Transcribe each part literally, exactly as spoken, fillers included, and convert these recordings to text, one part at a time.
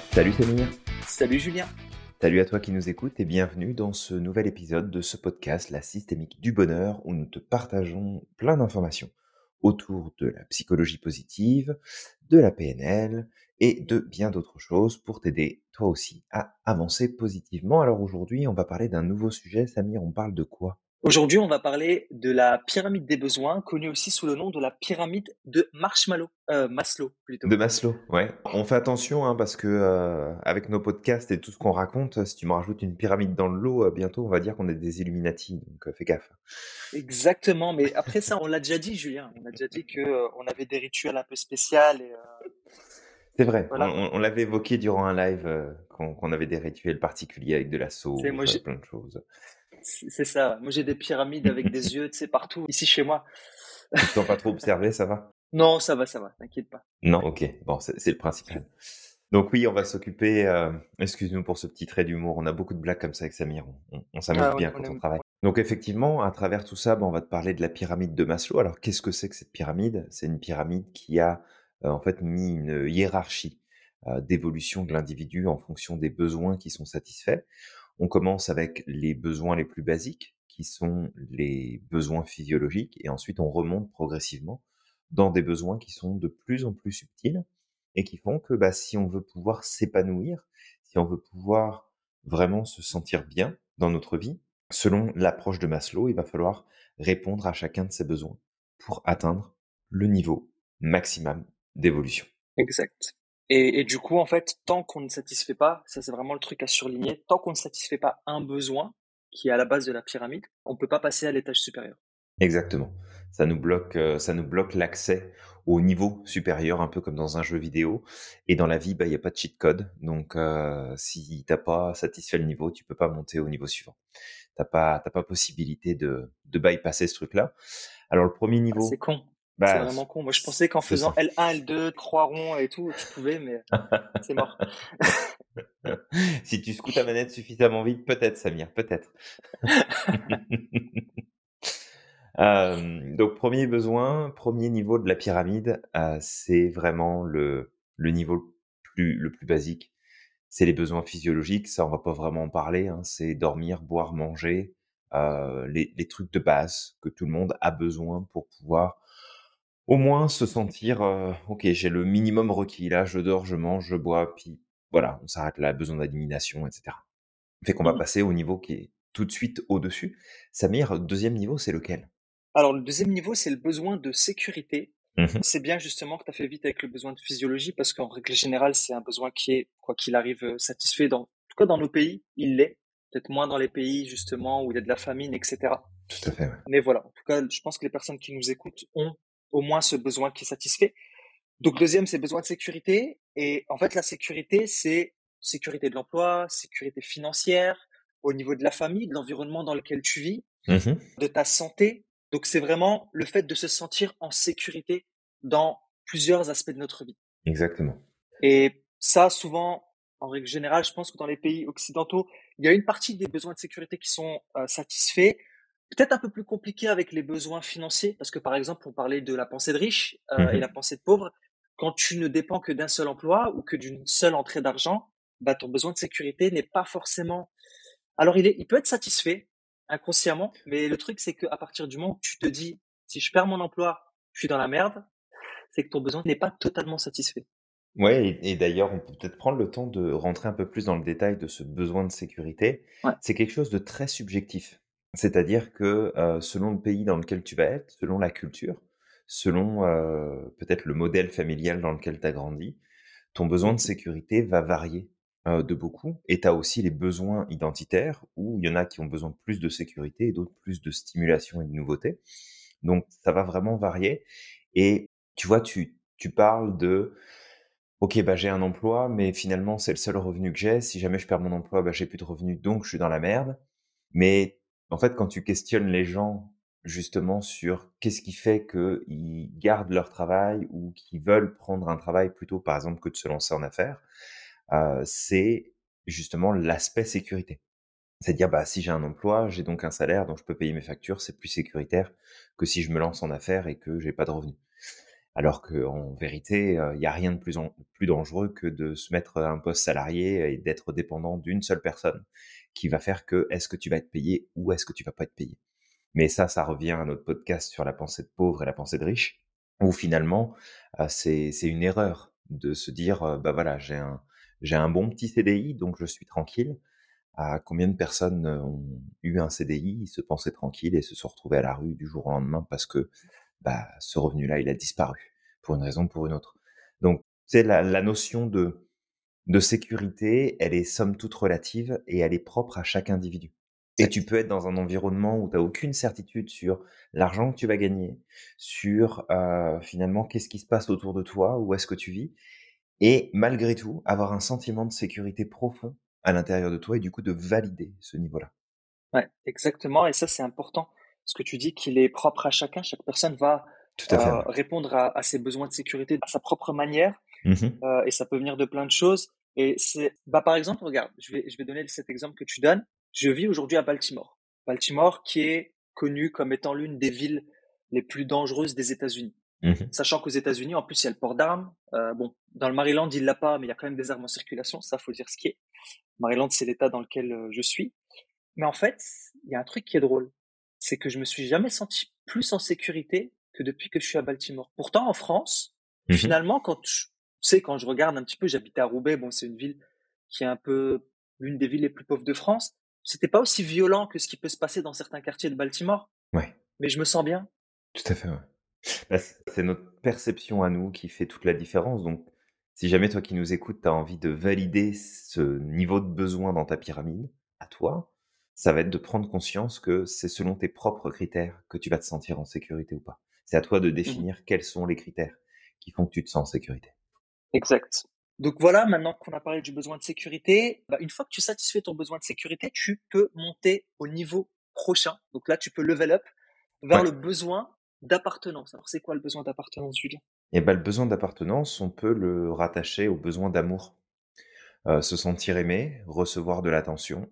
Salut Samir, Salut Julien. salut à toi qui nous écoutes et bienvenue dans ce nouvel épisode de ce podcast La Systémique du Bonheur où nous te partageons plein d'informations autour de la psychologie positive, de la P N L et de bien d'autres choses pour t'aider toi aussi à avancer positivement. Alors aujourd'hui on va parler d'un nouveau sujet. Samir, on parle de quoi? Aujourd'hui, on va parler de la pyramide des besoins, connue aussi sous le nom de la pyramide de Marshmallow, euh, Maslow plutôt. De Maslow, ouais. On fait attention hein, parce que euh, avec nos podcasts et tout ce qu'on raconte, si tu me rajoutes une pyramide dans le lot, euh, bientôt on va dire qu'on est des Illuminati, donc euh, fais gaffe. Exactement, mais après ça, on l'a déjà dit, Julien. On a déjà dit que euh, on avait des rituels un peu spéciaux et euh, C'est vrai, on, voilà quoi. on- on l'avait évoqué durant un live, euh, qu'on qu'on avait des rituels particuliers avec de la C'est moi, sauge, euh, j'ai- plein de choses. c'est c'est ça. Moi, j'ai des pyramides avec des yeux, tu sais, partout ici chez moi. Tu te sens pas trop observé, ça va? Non, ça va, ça va. T'inquiète pas. Non, ok, bon, c'est c'est le principal. Donc oui, on va s'occuper, euh, excuse-nous pour ce petit trait d'humour, on a beaucoup de blagues comme ça avec Samir, on, on- on s'amuse Ah, on, bien on quand on aime. travaille. Donc effectivement, à travers tout ça, ben, on va te parler de la pyramide de Maslow. Alors qu'est-ce que c'est que cette pyramide? C'est une pyramide qui a euh, en fait mis une hiérarchie euh, d'évolution de l'individu en fonction des besoins qui sont satisfaits. On commence avec les besoins les plus basiques, qui sont les besoins physiologiques, et ensuite on remonte progressivement dans des besoins qui sont de plus en plus subtils et qui font que bah, si on veut pouvoir s'épanouir, si on veut pouvoir vraiment se sentir bien dans notre vie, selon l'approche de Maslow, il va falloir répondre à chacun de ces besoins pour atteindre le niveau maximum d'évolution. Exact. Et, et du coup, en fait, tant qu'on ne satisfait pas, ça c'est vraiment le truc à surligner, tant qu'on ne satisfait pas un besoin qui est à la base de la pyramide, on ne peut pas passer à l'étage supérieur. Exactement. Ça nous bloque, heu, ça nous bloque l'accès au niveau supérieur, un peu comme dans un jeu vidéo et dans la vie, bah, il y a pas de cheat code donc heu, si tu as pas satisfait le niveau, tu peux pas monter au niveau suivant. Tu as pas tu as pas possibilité de de bypasser ce truc-là. Alors le premier Ah, c'est niveau, con. C'est bah, c vraiment con. Moi, je pensais qu'en c'est faisant ça. L un, L deux, trois ronds et tout, tu pouvais, mais c'est mort. Si tu secoues ta manette suffisamment vite, peut-être Samir, peut-être. Hem, donc premier besoin, premier niveau de la pyramide, heu, c'est vraiment le le niveau le plus le plus basique. C'est les besoins physiologiques, ça on va pas vraiment en parler, hein, c'est dormir, boire, manger, heu, les les trucs de base que tout le monde a besoin pour pouvoir au moins se sentir, heu: «OK, j'ai le minimum requis, là je dors, je mange, je bois», puis voilà, on s'arrête là, besoin d'élimination et cetera. Fait qu'on va Mhm. passer au niveau qui est tout de suite au-dessus. Samir, deuxième niveau, c'est lequel? Alors, le deuxième niveau, c'est le besoin de sécurité. Mmh. C'est bien justement que tu as fait vite avec le besoin de physiologie parce qu'en règle générale, c'est un besoin qui est, quoi qu'il arrive, euh, satisfait dans, en tout cas dans nos pays, il l'est. Peut-être moins dans les pays justement où il y a de la famine, et cetera. Tout à fait, ouais. Mais voilà, en tout cas, je pense que les personnes qui nous écoutent ont au moins ce besoin qui est satisfait. Donc, deuxième, c'est besoin de sécurité. Et en fait, la sécurité, c'est sécurité de l'emploi, sécurité financière, au niveau de la famille, de l'environnement dans lequel tu vis, Mmh. de ta santé. Donc, c'est vraiment le fait de se sentir en sécurité dans plusieurs aspects de notre vie. Exactement. Et ça, souvent, en règle générale, je pense que dans les pays occidentaux, il y a une partie des besoins de sécurité qui sont euh, satisfaits. Peut-être un peu plus compliqué avec les besoins financiers, parce que par exemple, on parlait de la pensée de riche euh, et la Mmh. pensée de pauvre. Quand tu ne dépends que d'un seul emploi ou que d'une seule entrée d'argent, bah, ton besoin de sécurité n'est pas forcément. Alors, il est, il peut être satisfait inconsciemment, mais le truc, c'est qu'à partir du moment où tu te dis, si je perds mon emploi, je suis dans la merde, c'est que ton besoin n'est pas totalement satisfait. Ouais et et d'ailleurs, on peut peut-être prendre le temps de rentrer un peu plus dans le détail de ce besoin de sécurité. Ouais. C'est quelque chose de très subjectif. C'est-à-dire que, heu, selon le pays dans lequel tu vas être, selon la culture, selon, heu, peut-être le modèle familial dans lequel tu as grandi, ton besoin de Mhm. sécurité va varier, heu, de beaucoup et tu as aussi les besoins identitaires où il y en a qui ont besoin de plus de sécurité et d'autres plus de stimulation et de nouveauté. Donc ça va vraiment varier et tu vois, tu tu parles de: «OK, bah, j'ai un emploi, mais finalement, c'est le seul revenu que j'ai. Si jamais je perds mon emploi, bah, j'ai plus de revenus, donc je suis dans la merde». Mais en fait, quand tu questionnes les gens, justement, sur qu'est-ce qui fait qu'ils gardent leur travail ou qu'ils veulent prendre un travail plutôt, par exemple, que de se lancer en affaires, heu, c'est justement l'aspect sécurité. C'est dire, bah, si j'ai un emploi, j'ai donc un salaire, donc je peux payer mes factures, c'est plus sécuritaire que si je me lance en affaires et que j'ai pas de revenus. Alors qu'en vérité, heu, il y a rien de plus en plus dangereux que de se mettre à un poste salarié et d'être dépendant d'une seule personne qui va faire que est-ce que tu vas être payé ou est-ce que tu vas pas être payé? Mais ça, ça revient à notre podcast sur la pensée de pauvre et la pensée de riche, où finalement, heu, c'est c'est une erreur de se dire, heu: «Bah, voilà, j'ai un j'ai un bon petit C D I, donc je suis tranquille». À combien de personnes, heu, ont eu un C D I, se pensaient tranquilles et se sont retrouvés à la rue du jour au lendemain parce que, bah, ce revenu-là, il a disparu, pour une raison ou pour une autre. Donc, tu sais, la la notion de de sécurité, elle est somme toute relative et elle est propre à chaque individu. Et tu Exact. peux être dans un environnement où tu as aucune certitude sur l'argent que tu vas gagner, sur, heu, finalement, qu'est-ce qui se passe autour de toi, où est-ce que tu vis et malgré tout, avoir un sentiment de sécurité profond à l'intérieur de toi et du coup de valider ce niveau-là. Ouais, exactement et ça, c'est important. Ce que tu dis qu'il est propre à chacun, chaque personne va, Tout à fait, heu, ouais. répondre à à ses besoins de sécurité à sa propre manière, Mmh mh. heu et ça peut venir de plein de choses et c'est bah, par exemple, regarde, je vais je vais donner cet exemple que tu donnes. Je vis aujourd'hui à Baltimore. Baltimore qui est connue comme étant l'une des villes les plus dangereuses des États-Unis. Mmh mh. Sachant qu'aux États-Unis, en plus, il y a le port d'armes. Heu, bon, dans le Maryland, il l'a pas, mais il y a quand même des armes en circulation, ça, faut dire ce qui est. Maryland, c'est l'État dans lequel, heu, je suis. Mais en fait, il y a un truc qui est drôle, c'est que je me suis jamais senti plus en sécurité que depuis que je suis à Baltimore. Pourtant, en France, Mmh mh. finalement, quand je tu sais, quand je regarde un petit peu, j'habitais à Roubaix, bon, c'est une ville qui est un peu l'une des villes les plus pauvres de France. C'était pas aussi violent que ce qui peut se passer dans certains quartiers de Baltimore, Ouais, mais je me sens bien. tout à fait, ouais. Bah, c c'est notre perception à nous qui fait toute la différence, donc si jamais toi qui nous écoutes, tu as envie de valider ce niveau de besoin dans ta pyramide, à toi, ça va être de prendre conscience que c'est selon tes propres critères que tu vas te sentir en sécurité ou pas. C'est à toi de Mmh. définir quels sont les critères qui font que tu te sens en sécurité. Exact. Donc voilà, maintenant qu'on a parlé du besoin de sécurité, bah, une fois que tu satisfais ton besoin de sécurité, tu peux monter au niveau prochain. Donc là, tu peux level up vers Ouais. le besoin d'appartenance. Alors, c'est quoi le besoin d'appartenance, Julien? Et bah, le besoin d'appartenance, on peut le rattacher au besoin d'amour. Heu, se sentir aimé, recevoir de l'attention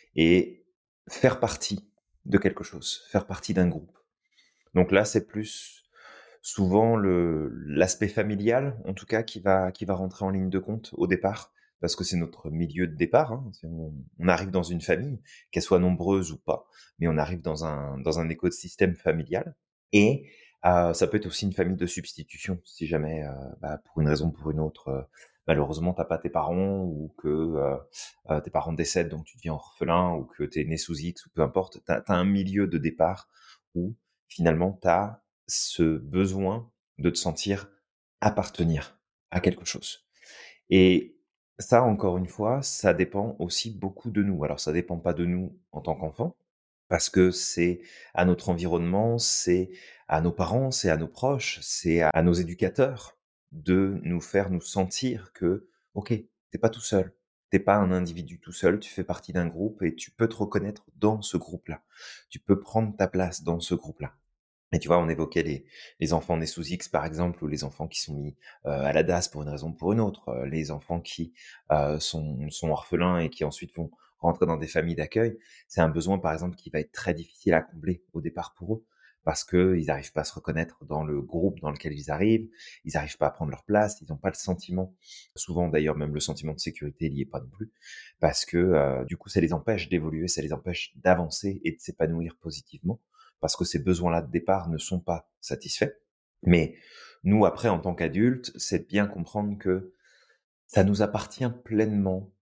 et faire partie de quelque chose, faire partie d'un groupe. Donc là, c'est plus souvent le l'aspect familial, en tout cas, qui va qui va rentrer en ligne de compte au départ, parce que c'est notre milieu de départ, hein. C'est on on arrive dans une famille, qu'elle soit nombreuse ou pas, mais on arrive dans un dans un écosystème familial et heu, ça peut être aussi une famille de substitution si jamais, heu, bah, pour une raison ou pour une autre, heu, malheureusement tu as pas tes parents ou que, heu heu, tes parents décèdent donc tu deviens orphelin ou que tu es né sous X ou peu importe. Tu as tu as un milieu de départ où finalement tu as ce besoin de te sentir appartenir à quelque chose. Et ça, encore une fois, ça dépend aussi beaucoup de nous. Alors, ça dépend pas de nous en tant qu'enfants, parce que c'est à notre environnement, c'est à nos parents, c'est à nos proches, c'est à nos éducateurs de nous faire nous sentir que, OK, t'es pas tout seul. T'es pas un individu tout seul, tu fais partie d'un groupe et tu peux te reconnaître dans ce groupe-là. Tu peux prendre ta place dans ce groupe-là. Et tu vois, on évoquait les les enfants nés sous X, par exemple, ou les enfants qui sont mis, heu, à la D A S pour une raison ou pour une autre, heu, les enfants qui, heu, sont sont orphelins et qui ensuite vont rentrer dans des familles d'accueil. C'est un besoin, par exemple, qui va être très difficile à combler au départ pour eux, parce qu'ils n'arrivent pas à se reconnaître dans le groupe dans lequel ils arrivent, ils n'arrivent pas à prendre leur place, ils n'ont pas le sentiment souvent d'ailleurs même le sentiment de sécurité n'y est pas non plus, parce que, heu, du coup, ça les empêche d'évoluer, ça les empêche d'avancer et de s'épanouir positivement parce que ces besoins-là de départ ne sont pas satisfaits. Mais nous, après, en tant qu'adultes, c'est de bien comprendre que ça nous appartient pleinement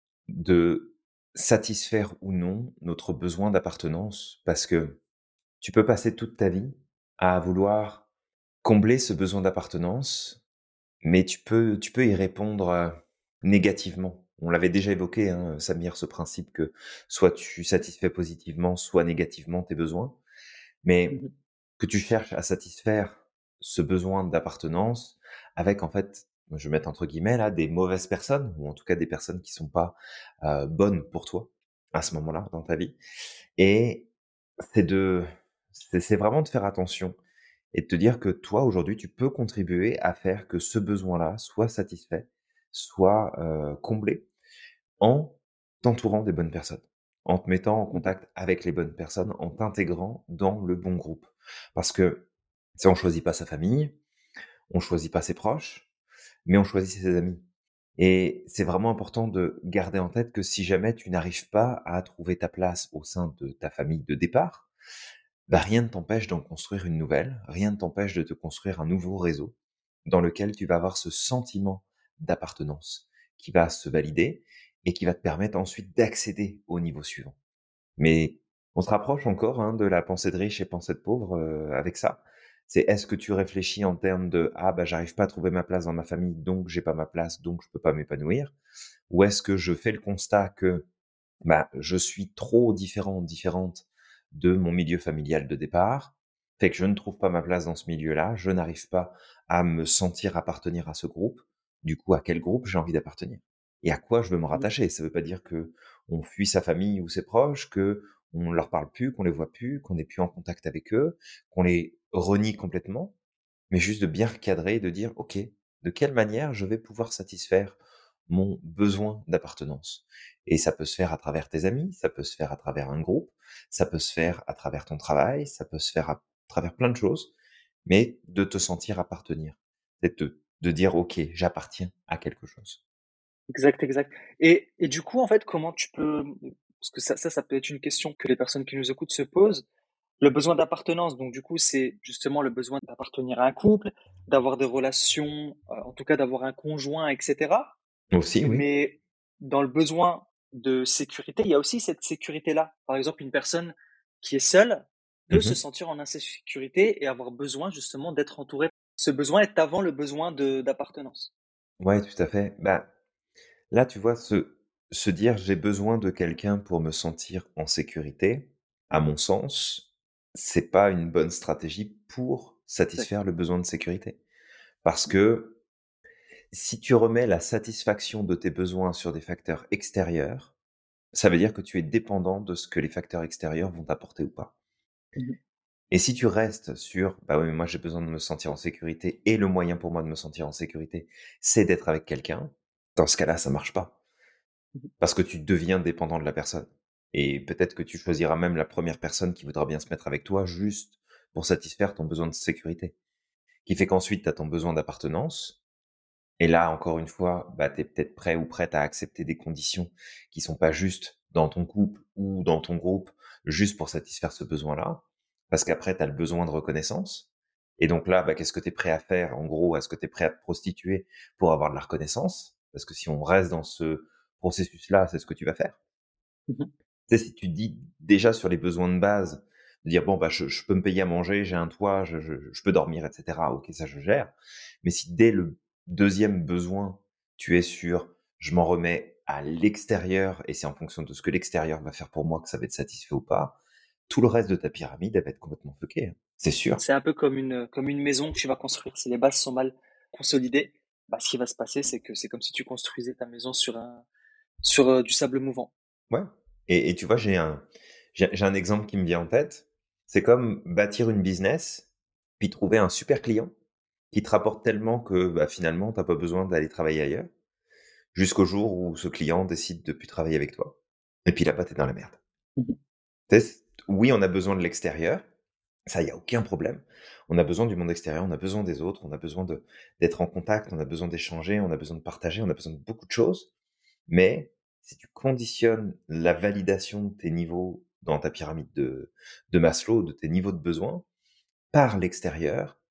de satisfaire ou non notre besoin d'appartenance, parce que tu peux passer toute ta vie à vouloir combler ce besoin d'appartenance, mais tu peux, tu peux y répondre euh, négativement. On l'avait déjà évoqué, hein, Samir, ce principe que soit tu satisfais positivement, soit négativement tes besoins. Mais Mmh. que tu cherches à satisfaire ce besoin d'appartenance avec, en fait, je vais mettre entre guillemets là, «des mauvaises personnes» ou en tout cas des personnes qui sont pas, heu, bonnes pour toi, à ce moment-là, dans ta vie et c'est de c'est c'est vraiment de faire attention et de te dire que toi, aujourd'hui, tu peux contribuer à faire que ce besoin-là soit satisfait, soit, heu, comblé en t'entourant des bonnes personnes, en te mettant en Mmh. contact avec les bonnes personnes, en t'intégrant dans le bon groupe. Parce que, tu sais, on choisit pas sa famille, On choisit pas ses proches, mais on choisit ses amis. Et c'est vraiment important de garder en tête que si jamais tu n'arrives pas à trouver ta place au sein de ta famille de départ, bah, rien ne t'empêche d'en construire une nouvelle, rien ne t'empêche de te construire un nouveau réseau dans lequel tu vas avoir ce sentiment d'appartenance qui va se valider et qui va te permettre ensuite d'accéder au niveau suivant. Mais on se rapproche encore, hein, de la pensée de riche et pensée de pauvre, heu, avec ça. C'est est-ce que tu réfléchis en termes de: «Ah bah, j'arrive pas à trouver ma place dans ma famille, donc j'ai pas ma place, donc je peux pas m'épanouir», ou est-ce que je fais le constat que, bah, je suis trop différent, différente de mon milieu familial de départ, fait que je ne trouve pas ma place dans ce milieu-là, je n'arrive pas à me sentir appartenir à ce groupe. Du coup, à quel groupe j'ai envie d'appartenir? Et à quoi je veux me Mmh. rattacher? Ça veut pas dire que on fuit sa famille ou ses proches, que on leur parle plus, qu'on les voit plus, qu'on n'est plus en contact avec eux, qu'on les renie complètement, mais juste de bien recadrer et de dire: «OK, de quelle manière je vais pouvoir satisfaire mon besoin d'appartenance?» Et ça peut se faire à travers tes amis, ça peut se faire à travers un groupe, ça peut se faire à travers ton travail, ça peut se faire à travers plein de choses, mais de te sentir appartenir. C'est de de dire: «OK, j'appartiens à quelque chose». Exact, exact. Et et du coup, en fait, comment tu peux, parce que ça ça ça peut être une question que les personnes qui nous écoutent se posent, le besoin d'appartenance, donc du coup, c'est justement le besoin d'appartenir à un couple, d'avoir des relations, heu, en tout cas d'avoir un conjoint et cetera. Aussi, oui. Mais dans le besoin de sécurité, il y a aussi cette sécurité-là. Par exemple, une personne qui est seule peut se Mmh. sentir en insécurité et avoir besoin justement d'être entourée. Ce besoin est avant le besoin de d'appartenance. Ouais, tout à fait. Bah, là, tu vois, se se dire: «J'ai besoin de quelqu'un pour me sentir en sécurité», à mon sens, c'est pas une bonne stratégie pour Exact. satisfaire le besoin de sécurité. Parce que si tu remets la satisfaction de tes besoins sur des facteurs extérieurs, ça veut dire que tu es dépendant de ce que les facteurs extérieurs vont t'apporter ou pas. Mmh. Et si tu restes sur: «Bah, oui, mais moi j'ai besoin de me sentir en sécurité et le moyen pour moi de me sentir en sécurité, c'est d'être avec quelqu'un», dans ce cas-là, ça marche pas. Mmh. Parce que tu deviens dépendant de la personne. Et peut-être que tu choisiras même la première personne qui voudra bien se mettre avec toi juste pour satisfaire ton besoin de sécurité. Qui fait qu'ensuite tu as ton besoin d'appartenance. Et là, encore une fois, bah, tu es peut-être prêt ou prête à accepter des conditions qui sont pas justes dans ton couple ou dans ton groupe, juste pour satisfaire ce besoin-là. Parce qu'après, tu as le besoin de reconnaissance. Et donc là, bah, qu'est-ce que tu es prêt à faire? En gros, est-ce que tu es prêt à te prostituer pour avoir de la reconnaissance? Parce que si on reste dans ce processus-là, c'est ce que tu vas faire. Mmh. Tu sais, si tu te dis déjà sur les besoins de base, de dire: «Bon, bah, je je peux me payer à manger, j'ai un toit, je je je peux dormir et cetera. OK, ça je gère». Mais si dès le deuxième besoin, tu es sur: «Je m'en remets à l'extérieur et c'est en fonction de ce que l'extérieur va faire pour moi que ça va être satisfait ou pas», tout le reste de ta pyramide, elle va être complètement fuckée, hein. C'est sûr. C'est un peu comme une, comme une maison que tu vas construire. Si les bases sont mal consolidées, bah, ce qui va se passer, c'est que c'est comme si tu construisais ta maison sur un sur, heu, du sable mouvant. Ouais. Et et tu vois, j'ai un j'ai j'ai un exemple qui me vient en tête. C'est comme bâtir une business, puis trouver un super client qui te rapporte tellement que, bah, finalement, tu as pas besoin d'aller travailler ailleurs, jusqu'au jour où ce client décide de plus travailler avec toi. Et puis là-bas, tu es dans la merde. Mmh. Tu sais, oui, on a besoin de l'extérieur, ça, il y a aucun problème. On a besoin du monde extérieur, on a besoin des autres, on a besoin de d'être en contact, on a besoin d'échanger, on a besoin de partager, on a besoin de beaucoup de choses. Mais si tu conditionnes la validation de tes niveaux dans ta pyramide de de Maslow, de tes niveaux de besoins, par l'extérieur,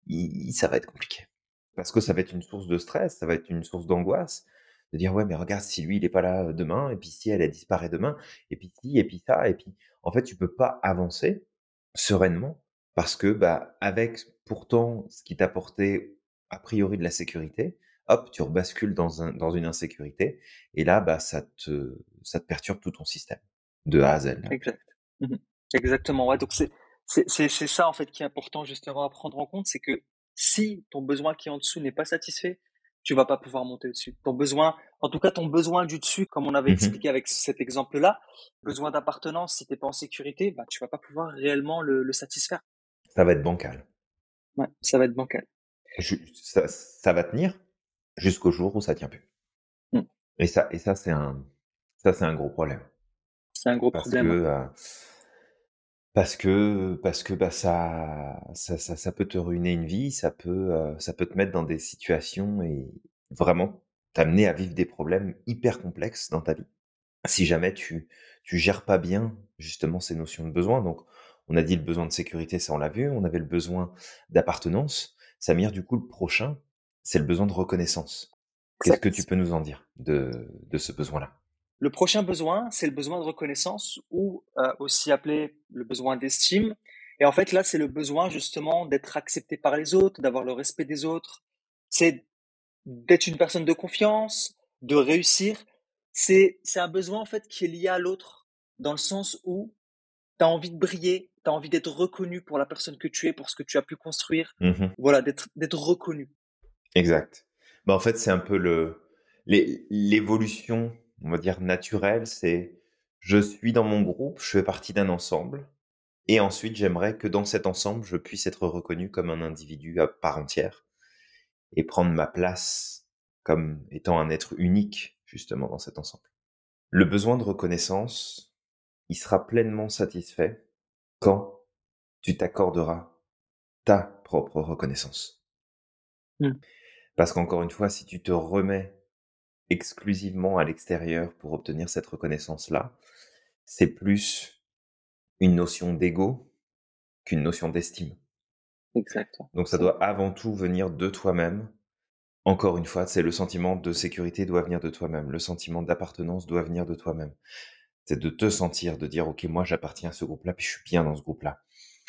i ça va être compliqué. Parce que ça va être une source de stress, ça va être une source d'angoisse, de dire: «Ouais, mais regarde, si lui, il est pas là, heu, demain et puis si elle, elle disparaît demain et puis ci et puis ça» et puis en fait, tu peux pas avancer sereinement parce que, bah, avec pourtant ce qui t'apportait a priori de la sécurité, hop, tu rebascules dans un dans une insécurité et là, bah, ça te ça te perturbe tout ton système, de A à Z, là. Exact. Mmh. Exactement, ouais, donc c'est c'est c'est c'est ça, en fait, qui est important justement à prendre en compte, c'est que si ton besoin qui est en dessous n'est pas satisfait, tu vas pas pouvoir monter au-dessus. Ton besoin, en tout cas ton besoin du dessus, comme on avait Mmh. expliqué avec cet exemple-là, besoin d'appartenance, si tu es pas en sécurité, bah, tu vas pas pouvoir réellement le le satisfaire. Ça va être bancal. Ouais, ça va être bancal. Ju ça ça va tenir jusqu'au jour où ça tient plus. Mmh. Et ça et ça, c'est un ça, c'est un gros problème. C'est un gros Parce problème, que, ouais. heu, Parce que parce que, bah, ça ça ça ça peut te ruiner une vie, ça peut, heu, ça peut te mettre dans des situations et vraiment t'amener à vivre des problèmes hyper complexes dans ta vie. Si jamais tu tu gères pas bien, justement, ces notions de besoin. Donc on a dit le besoin de sécurité, ça on l'a vu, on avait le besoin d'appartenance. Samir, du coup, le prochain, c'est le besoin de reconnaissance. Qu'est-ce que tu Exact. peux nous en dire de de ce besoin-là? Le prochain besoin, c'est le besoin de reconnaissance ou euh, aussi appelé le besoin d'estime. Et en fait, là, c'est le besoin justement d'être accepté par les autres, d'avoir le respect des autres. C'est d'être une personne de confiance, de réussir. C'est, c'est un besoin en fait qui est lié à l'autre, dans le sens où tu as envie de briller, tu as envie d'être reconnu pour la personne que tu es, pour ce que tu as pu construire. Mmh. Voilà, d'être, d'être reconnu. Exact. Bah, en fait, c'est un peu le l'é l'évolution, on va dire naturelle, c'est je suis dans mon groupe, je fais partie d'un ensemble et ensuite j'aimerais que dans cet ensemble, je puisse être reconnu comme un individu à part entière et prendre ma place comme étant un être unique, justement, dans cet ensemble. Le besoin de reconnaissance, il sera pleinement satisfait quand tu t'accorderas ta propre reconnaissance. Mm. Parce qu'encore une fois, si tu te remets exclusivement à l'extérieur pour obtenir cette reconnaissance-là, c'est plus une notion d'ego qu'une notion d'estime. Exactement, Donc ça c'est vrai. doit avant tout venir de toi-même. Encore une fois, c'est le sentiment de sécurité doit venir de toi-même. Le sentiment d'appartenance doit venir de toi-même. C'est de te sentir, de dire: «OK, moi j'appartiens à ce groupe-là, puis je suis bien dans ce groupe-là».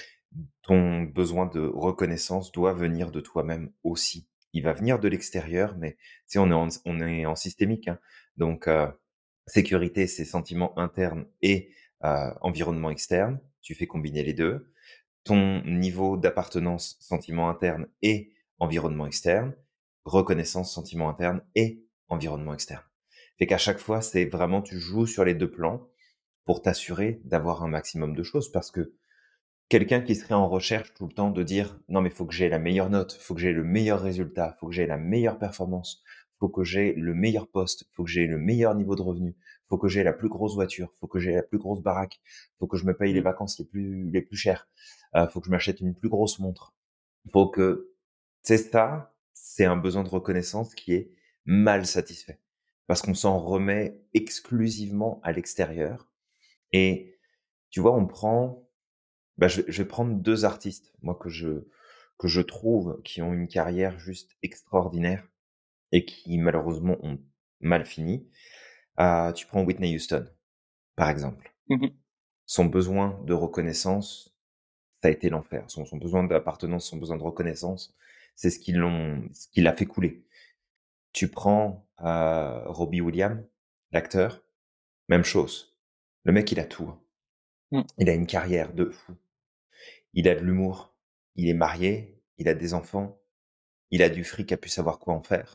Ton besoin de reconnaissance doit venir de toi-même aussi. Il va venir de l'extérieur, mais tu sais, on est en on est en systémique, hein, donc heu, sécurité, c'est sentiments internes et heu, environnement externe. Tu fais combiner les deux. Ton niveau d'appartenance, sentiment interne et environnement externe. Reconnaissance, sentiment interne et environnement externe. Fait qu'à chaque fois, c'est vraiment tu joues sur les deux plans pour t'assurer d'avoir un maximum de choses parce que quelqu'un qui serait en recherche tout le temps de dire: «Non mais faut que j'ai la meilleure note, faut que j'ai le meilleur résultat, faut que j'ai la meilleure performance, faut que j'ai le meilleur poste, faut que j'ai le meilleur niveau de revenu, faut que j'ai la plus grosse voiture, faut que j'ai la plus grosse baraque, faut que je me paye les Mm. vacances les plus les plus chères, heu, faut que je m'achète une plus grosse montre». Faut que c'est ça, c'est un besoin de reconnaissance qui est mal satisfait. Parce qu'on s'en remet exclusivement à l'extérieur et tu vois, on prend bah, je vais je vais prendre deux artistes, moi, que je que je trouve qui ont une carrière juste extraordinaire et qui malheureusement ont mal fini. Ah, tu prends Whitney Houston, par exemple. Mhm. Son besoin de reconnaissance, ça a été l'enfer. Son son besoin d'appartenance, son besoin de reconnaissance, c'est ce qui l'ont ce qui l'a fait couler. Tu prends, heu, Robbie Williams, l'acteur, même chose. Le mec, il a tout, hein. Mm. Il a une carrière de fou. Il a de l'humour, il est marié, il a des enfants, il a du fric à plus savoir quoi en faire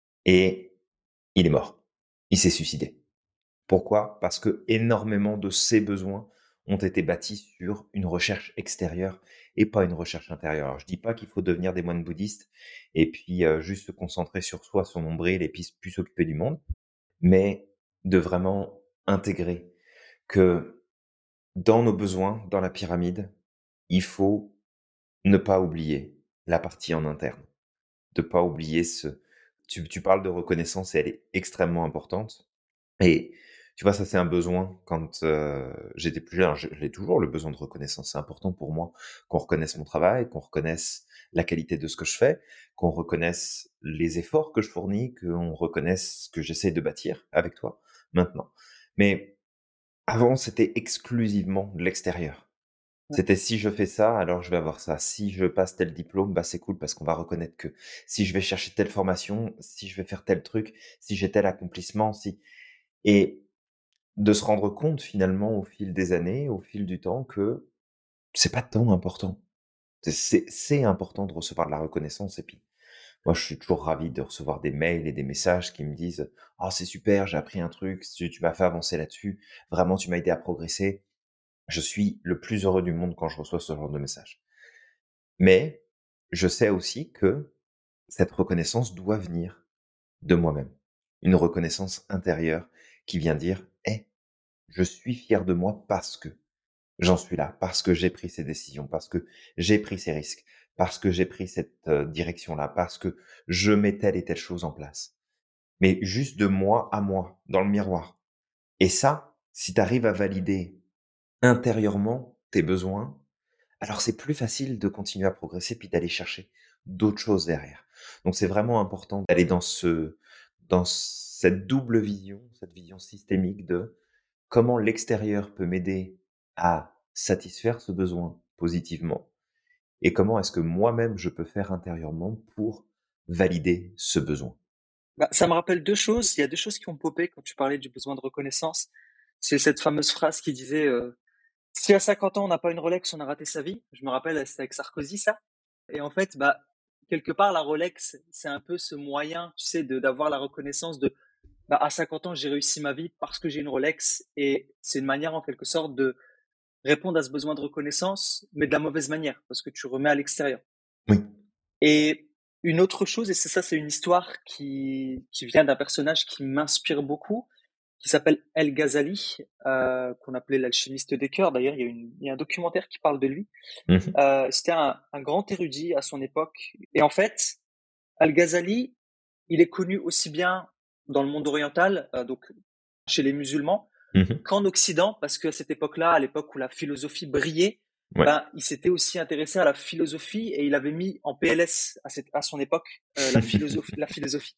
et il est mort. Il s'est suicidé. Pourquoi? Parce que énormément de ses besoins ont été bâtis sur une recherche extérieure et pas une recherche intérieure. Alors je dis pas qu'il faut devenir des moines bouddhistes et puis, heu, juste se concentrer sur soi, son nombril et puis plus s'occuper du monde, mais de vraiment intégrer que dans nos besoins, dans la pyramide, il faut ne pas oublier la partie en interne. De pas oublier ce tu tu parles de reconnaissance et elle est extrêmement importante et tu vois, ça, c'est un besoin quand, heu, j'étais plus jeune, je je l'ai toujours le besoin de reconnaissance. C'est important pour moi qu'on reconnaisse mon travail, qu'on reconnaisse la qualité de ce que je fais, qu'on reconnaisse les efforts que je fournis, qu'on reconnaisse ce que j'essaie de bâtir avec toi, maintenant. Mais avant, c'était exclusivement de l'extérieur. Ouais. C'était si je fais ça, alors je vais avoir ça. Si je passe tel diplôme, bah, c'est cool parce qu'on va reconnaître que. Si je vais chercher telle formation, si je vais faire tel truc, si j'ai tel accomplissement, si et de se rendre compte finalement au fil des années, au fil du temps que c'est pas tant important. C'est c'est c'est important de recevoir de la reconnaissance et puis moi je suis toujours ravi de recevoir des mails et des messages qui me disent: «Oh c'est super, j'ai appris un truc, tu tu m'as fait avancer là-dessus, vraiment tu m'as aidé à progresser». Je suis le plus heureux du monde quand je reçois ce genre de messages. Mais je sais aussi que cette reconnaissance doit venir de moi-même. Une reconnaissance intérieure qui vient dire: «Eh, je suis fier de moi parce que». J'en suis là parce que j'ai pris ces décisions, parce que j'ai pris ces risques, parce que j'ai pris cette, heu, direction-là, parce que je mets telle et telle chose en place. Mais juste de moi à moi, dans le miroir. Et ça, si tu arrives à valider intérieurement tes besoins, alors c'est plus facile de continuer à progresser, puis d'aller chercher d'autres choses derrière. Donc c'est vraiment important d'aller dans ce dans cette double vision, cette vision systémique de comment l'extérieur peut m'aider à satisfaire ce besoin positivement et comment est-ce que moi-même je peux faire intérieurement pour valider ce besoin. Bah, ça me rappelle deux choses. Il y a deux choses qui ont popé quand tu parlais du besoin de reconnaissance. C'est cette fameuse phrase qui disait euh, si à cinquante ans on n'a pas une Rolex, on a raté sa vie. Je me rappelle, c'était avec Sarkozy ça. Et en fait, bah quelque part la Rolex, c'est un peu ce moyen, tu sais, de d'avoir la reconnaissance de bah, à cinquante ans j'ai réussi ma vie parce que j'ai une Rolex et c'est une manière en quelque sorte de répondre à ce besoin de reconnaissance, mais de la mauvaise manière parce que tu remets à l'extérieur. Oui. Et une autre chose, et c'est ça, c'est une histoire qui, qui vient d'un personnage qui m'inspire beaucoup, qui s'appelle El Ghazali, euh, qu'on appelait l'alchimiste des cœurs. D'ailleurs, il y a, une, il y a un documentaire qui parle de lui. Mmh. Euh, c'était un, un grand érudit à son époque. Et en fait, Al Ghazali, il est connu aussi bien dans le monde oriental, euh, donc chez les musulmans, Mmh. qu'en Occident, parce qu'à cette époque-là, à l'époque où la philosophie brillait, Ouais. ben, il s'était aussi intéressé à la philosophie et il avait mis en P L S à, cette, à son époque euh, la philosophie. La philosophie.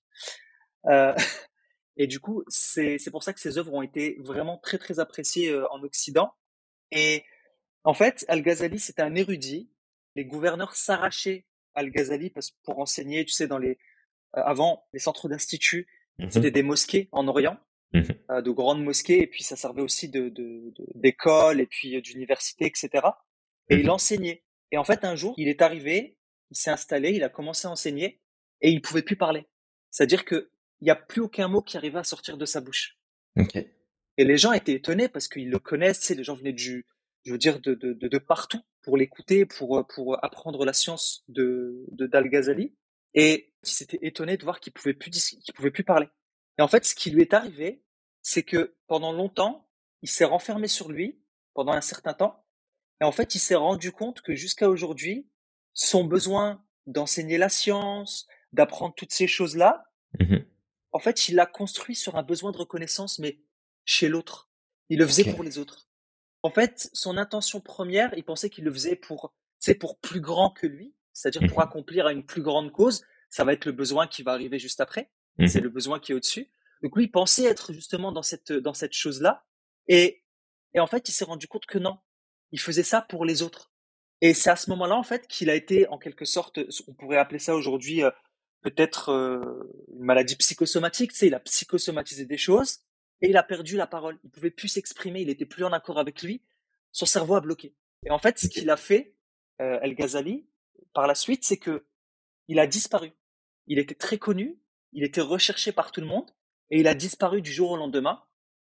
Euh, et du coup, c'est c'est pour ça que ses œuvres ont été vraiment très très appréciées euh, en Occident. Et en fait, Al-Ghazali, c'était un érudit. Les gouverneurs s'arrachaient à Al-Ghazali parce pour enseigner, tu sais, dans les euh, avant les centres d'instituts, c'était Mmh. des mosquées en Orient, Mmh. euh, de grandes mosquées, et puis ça servait aussi de, de, de- d'école et puis euh, d'université, et cetera. Et il Mmh. enseignait. Et en fait, un jour, il est arrivé, il s'est installé, il a commencé à enseigner, et il pouvait plus parler. C'est-à-dire que il n'y a plus aucun mot qui arrivait à sortir de sa bouche. OK. Et les gens étaient étonnés parce qu'ils le connaissent, tu sais, les gens venaient du, je veux dire, de, de, de, de partout pour l'écouter, pour, euh, pour apprendre la science de, de d'Al-Ghazali. Et ils s'étaient étonnés de voir qu'il pouvait plus, dis- qu'il pouvait plus parler. Et en fait, ce qui lui est arrivé, c'est que pendant longtemps, il s'est renfermé sur lui pendant un certain temps. Et en fait, il s'est rendu compte que jusqu'à aujourd'hui, son besoin d'enseigner la science, d'apprendre toutes ces choses-là, Mmh. en fait, il l'a construit sur un besoin de reconnaissance, mais chez l'autre. Il le faisait OK. pour les autres. En fait, son intention première, il pensait qu'il le faisait pour, c'est pour plus grand que lui, c'est-à-dire pour Mmh. accomplir une plus grande cause. Ça va être le besoin qui va arriver juste après. C'est Mmh. le besoin qui est au-dessus. Donc lui, il pensait être justement dans cette, dans cette chose-là. Et, et en fait, il s'est rendu compte que non. Il faisait ça pour les autres. Et c'est à ce moment-là, en fait, qu'il a été, en quelque sorte, on pourrait appeler ça aujourd'hui, euh, peut-être, euh, une maladie psychosomatique. Tu sais, il a psychosomatisé des choses et il a perdu la parole. Il pouvait plus s'exprimer, il était plus en accord avec lui. Son cerveau a bloqué. Et en fait, ce OK. qu'il a fait, euh, El Ghazali, par la suite, c'est que il a disparu. Il était très connu, il était recherché par tout le monde, et il a disparu du jour au lendemain.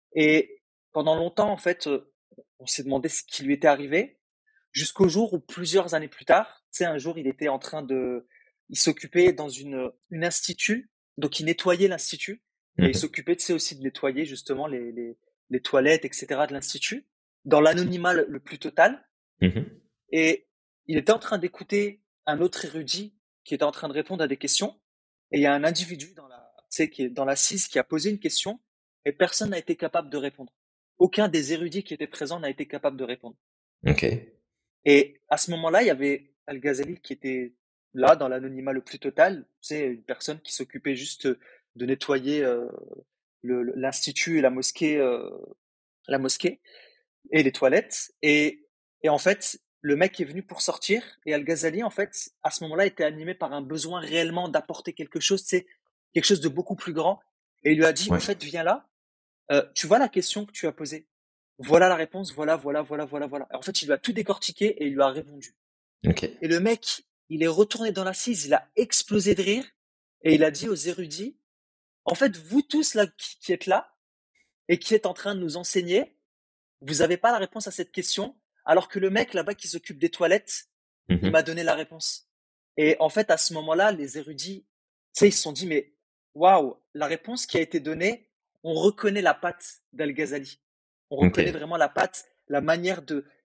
Et pendant longtemps, en fait, euh, on s'est demandé ce qui lui était arrivé, jusqu'au jour où plusieurs années plus tard, tu sais, un jour, il était en train de, il s'occupait dans une, une institut, donc il nettoyait l'institut, et il Mmh. s'occupait, tu sais, aussi de nettoyer justement les, les, les toilettes, et cetera de l'institut, dans l'anonymat le, le plus total. Mmh. Et il était en train d'écouter un autre érudit qui était en train de répondre à des questions. Et il y a un individu dans la, tu sais, qui est dans l'assise qui a posé une question et personne n'a été capable de répondre. Aucun des érudits qui étaient présents n'a été capable de répondre. OK. Et à ce moment-là, il y avait Al-Ghazali qui était là, dans l'anonymat le plus total. C'est une personne qui s'occupait juste de nettoyer euh, le- le- l'institut et la mosquée, euh, la mosquée et les toilettes. Et, et en fait, le mec est venu pour sortir. Et Al-Ghazali, en fait, à ce moment-là, était animé par un besoin réellement d'apporter quelque chose, c'est quelque chose de beaucoup plus grand. Et il lui a dit, au Ouais. fait, viens là. Euh, tu vois la question que tu as posée. Voilà la réponse. Voilà, voilà, voilà, voilà, voilà. Et en fait, il lui a tout décortiqué et il lui a répondu. OK. Et le mec, il est retourné dans l'assise, il a explosé de rire et il a dit aux érudits, en fait, vous tous là qui, qui êtes là et qui êtes en train de nous enseigner, vous n'avez pas la réponse à cette question, alors que le mec là-bas qui s'occupe des toilettes, il Mmh. m'a donné la réponse. Et en fait, à ce moment-là, les érudits, tu sais, ils se sont dit, mais waouh, la réponse qui a été donnée, on reconnaît la patte d'Al-Ghazali. On reconnaît OK. vraiment la patte, la manière de, tu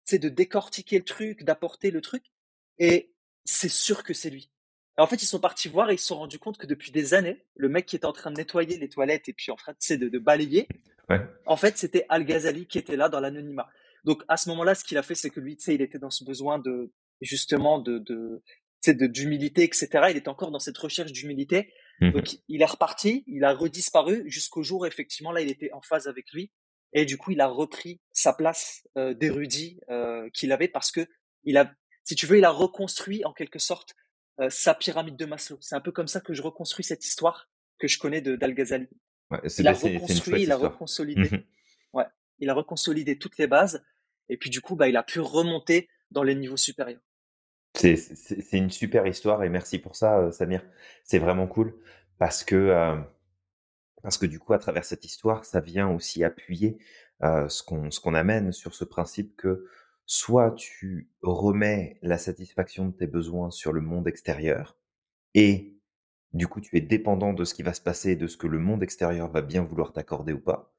sais, de décortiquer le truc, d'apporter le truc et c'est sûr que c'est lui. Et en fait, ils sont partis voir et ils se sont rendus compte que depuis des années, le mec qui était en train de nettoyer les toilettes et puis en train, tu sais, de de balayer, Ouais. en fait, c'était Al-Ghazali qui était là dans l'anonymat. Donc à ce moment-là, ce qu'il a fait, c'est que lui, tu sais, il était dans ce besoin de justement de, de tu sais, de d'humilité, et cetera. Il était encore dans cette recherche d'humilité. Mmh. Donc il est reparti, il a redisparu jusqu'au jour où effectivement là, il était en phase avec lui et du coup, il a repris sa place euh, d'érudit euh, qu'il avait parce que il a, si tu veux, il a reconstruit en quelque sorte euh, sa pyramide de Maslow. C'est un peu comme ça que je reconstruis cette histoire que je connais de d'Al-Ghazali. Ouais, c'est Il a beh, c'est c'est une reconstruit, chouette il a histoire. Mmh. reconsolidé. Ouais, il a reconsolidé toutes les bases et puis du coup, bah, il a pu remonter dans les niveaux supérieurs. C'est c'est c'est une super histoire et merci pour ça, heu, Samir. C'est vraiment cool parce que, hem, parce que du coup, à travers cette histoire, ça vient aussi appuyer, heu, ce qu'on ce qu'on amène sur ce principe que soit tu remets la satisfaction de tes besoins sur le monde extérieur et du coup, tu es dépendant de ce qui va se passer, de ce que le monde extérieur va bien vouloir t'accorder ou pas,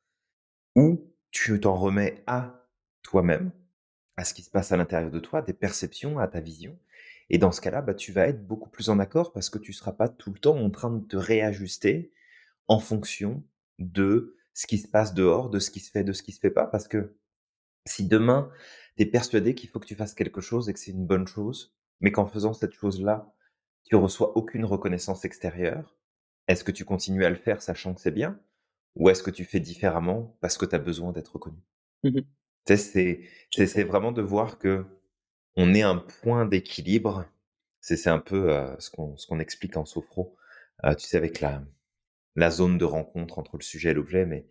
ou tu t'en remets à toi-même, à ce qui se passe à l'intérieur de toi, à tes perceptions, à ta vision. Et dans ce cas-là, bah, tu vas être beaucoup plus en accord parce que tu seras pas tout le temps en train de te réajuster en fonction de ce qui se passe dehors, de ce qui se fait, de ce qui se fait pas. Parce que si demain, tu es persuadé qu'il faut que tu fasses quelque chose et que c'est une bonne chose, mais qu'en faisant cette chose-là, tu reçois aucune reconnaissance extérieure, est-ce que tu continues à le faire sachant que c'est bien? Ou est-ce que tu fais différemment parce que tu as besoin d'être reconnu? Mmh. Tu sais, c'est Tout c'est à c'est fait. vraiment de voir que on est un point d'équilibre. C'est c'est un peu, heu, ce qu'on ce qu'on explique en sophro, heu, tu sais, avec la la zone de rencontre entre le sujet et l'objet, mais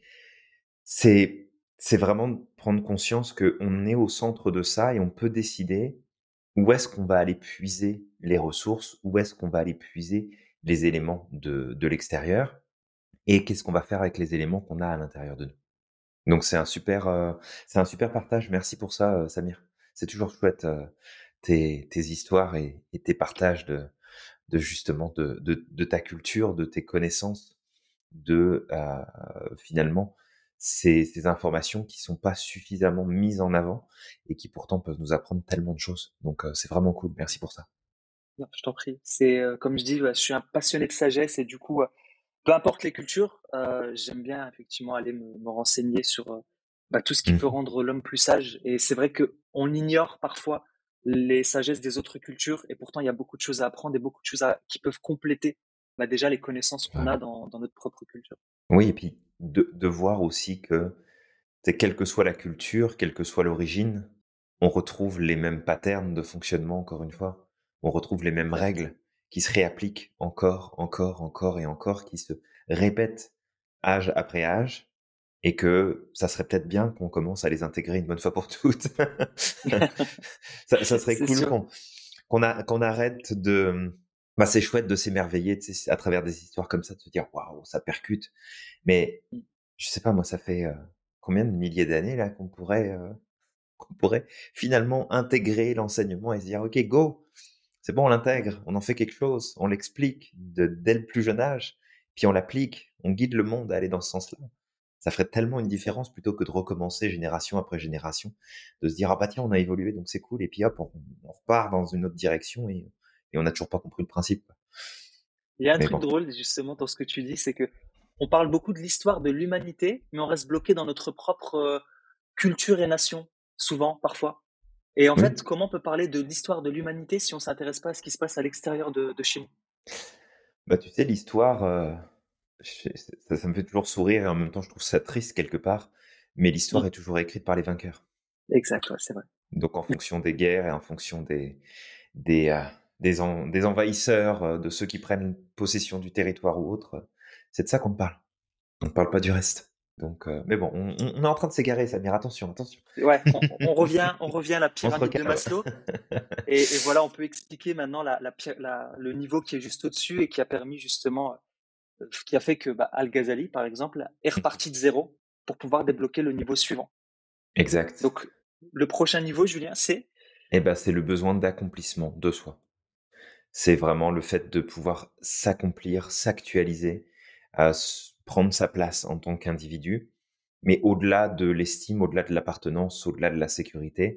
c'est c'est vraiment de prendre conscience qu'on est au centre de ça et on peut décider où est-ce qu'on va aller puiser les ressources, où est-ce qu'on va aller puiser les éléments de de l'extérieur et qu'est-ce qu'on va faire avec les éléments qu'on a à l'intérieur de nous. Donc c'est un super, heu, c'est un super partage. Merci pour ça, heu, Samir. C'est toujours chouette, heu, tes tes histoires et et tes partages de de justement de de de ta culture, de tes connaissances, de, heu, finalement ces ces informations qui sont pas suffisamment mises en avant et qui pourtant peuvent nous apprendre tellement de choses. Donc, heu, c'est vraiment cool. Merci pour ça. Non, je t'en prie. C'est, heu, comme je dis, ouais, je suis un passionné de sagesse et du coup, heu, peu importe les cultures, heu, j'aime bien effectivement aller me me renseigner sur, heu, bah, tout ce qui peut Mmh. rendre l'homme plus sage et c'est vrai qu'on ignore parfois les sagesses des autres cultures et pourtant il y a beaucoup de choses à apprendre et beaucoup de choses à qui peuvent compléter, bah, déjà les connaissances qu'on Ouais. a dans dans notre propre culture. Oui et puis de de voir aussi que, c'est quelle que soit la culture, quelle que soit l'origine, on retrouve les mêmes patterns de fonctionnement encore une fois. On retrouve les mêmes Exact. règles qui se réappliquent encore, encore, encore et encore, qui se répètent âge après âge et que ça serait peut-être bien qu'on commence à les intégrer une bonne fois pour toutes. Ça ça serait C'est cool sûr. qu'on qu'on a qu'on arrête de bah, c'est chouette de s'émerveiller, tu sais, à travers des histoires comme ça, de se dire: «Waouh, ça percute». Mais Mmh. je sais pas moi, ça fait, heu, combien de milliers d'années là qu'on pourrait, heu, qu'on pourrait finalement intégrer l'enseignement et se dire: «OK, go, c'est bon, on Ouais. l'intègre, on en fait quelque chose, on l'explique de dès le plus jeune âge, puis on l'applique, on guide le monde à aller dans ce sens-là». Ça ferait tellement une différence plutôt que de recommencer génération après génération, de se dire: «Ah bah tiens, on a évolué donc c'est cool» et puis hop, on on repart dans une autre direction et et on n'a toujours pas compris le principe, quoi. Il y a un Mais truc bon. drôle justement dans ce que tu dis, c'est que on parle beaucoup de l'histoire de l'humanité, mais on reste bloqué dans notre propre, heu, culture et nation, souvent, parfois. Et en Oui, fait, comment on peut parler de l'histoire de l'humanité si on s'intéresse pas à ce qui se passe à l'extérieur de de chez nous? bah, tu sais l'histoire, heu, je ça ça me fait toujours sourire et en même temps je trouve ça triste quelque part, mais l'histoire Mmh. est toujours écrite par les vainqueurs. Exact, ouais, c'est vrai. Donc en fonction des guerres et en fonction des des, heu, des en des envahisseurs, heu, de ceux qui prennent possession du territoire ou autre, heu, c'est de ça qu'on parle. On ne parle pas du reste. Donc, heu, mais bon, on on on est en train de s'égarer Samir, attention, attention. Ouais, on on revient on revient à la On se pyramide de recale. Maslow et et voilà, on peut expliquer maintenant la la py la le niveau qui est juste au-dessus et qui a permis justement, heu, qui a fait que, bah, Al-Ghazali, par exemple, est reparti de zéro pour pouvoir débloquer le niveau suivant. Exact. Donc le prochain niveau, Julien, c'est? Et ben, c'est le besoin d'accomplissement de soi. C'est vraiment le fait de pouvoir s'accomplir, s'actualiser, heu, s prendre sa place en tant qu'individu, mais au-delà de l'estime, au-delà de l'appartenance, au-delà de la sécurité,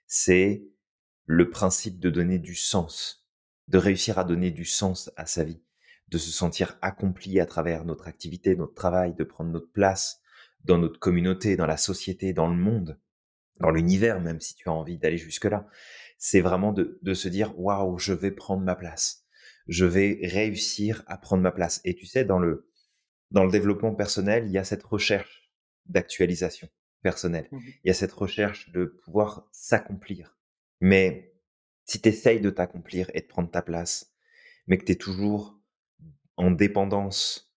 c'est le principe de donner du sens, de réussir à donner du sens à sa vie, de se sentir accompli à travers notre activité, notre travail, de prendre notre place dans notre communauté, dans la société, dans le monde, dans l'univers, même si tu as envie d'aller jusque-là. C'est vraiment de, de se dire, waouh, je vais prendre ma place. Je vais réussir à prendre ma place. Et tu sais, dans le, dans le développement personnel, il y a cette recherche d'actualisation personnelle. Mhm. Il y a cette recherche de pouvoir s'accomplir. Mais si tu essayes de t'accomplir et de prendre ta place, mais que tu es toujours en dépendance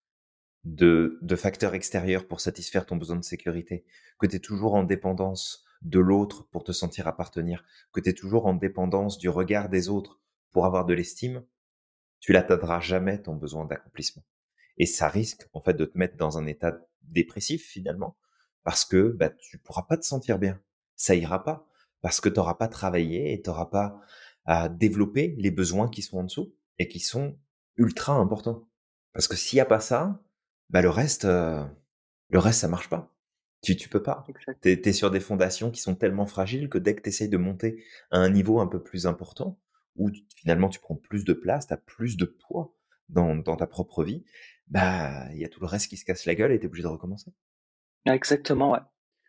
de, de facteurs extérieurs pour satisfaire ton besoin de sécurité, que tu es toujours en dépendance de l'autre pour te sentir appartenir, que tu es toujours en dépendance du regard des autres pour avoir de l'estime, tu n'atteindras jamais ton besoin d'accomplissement. Et ça risque, en fait, de te mettre dans un état dépressif, finalement, parce que bah, tu pourras pas te sentir bien. Ça ira pas, parce que tu n'auras pas travaillé et tu n'auras pas à développer les besoins qui sont en dessous et qui sont ultra importants. Parce que s'il y a pas ça, bah, le reste, euh, le reste, ça marche pas. Tu, tu peux pas. Exact. T'es, t'es sur des fondations qui sont tellement fragiles que dès que tu essayes de monter à un niveau un peu plus important, où tu- finalement tu prends plus de place, tu as plus de poids dans, dans ta propre vie, bah, il y a tout le reste qui se casse la gueule et tu es obligé de recommencer. Exactement, ouais.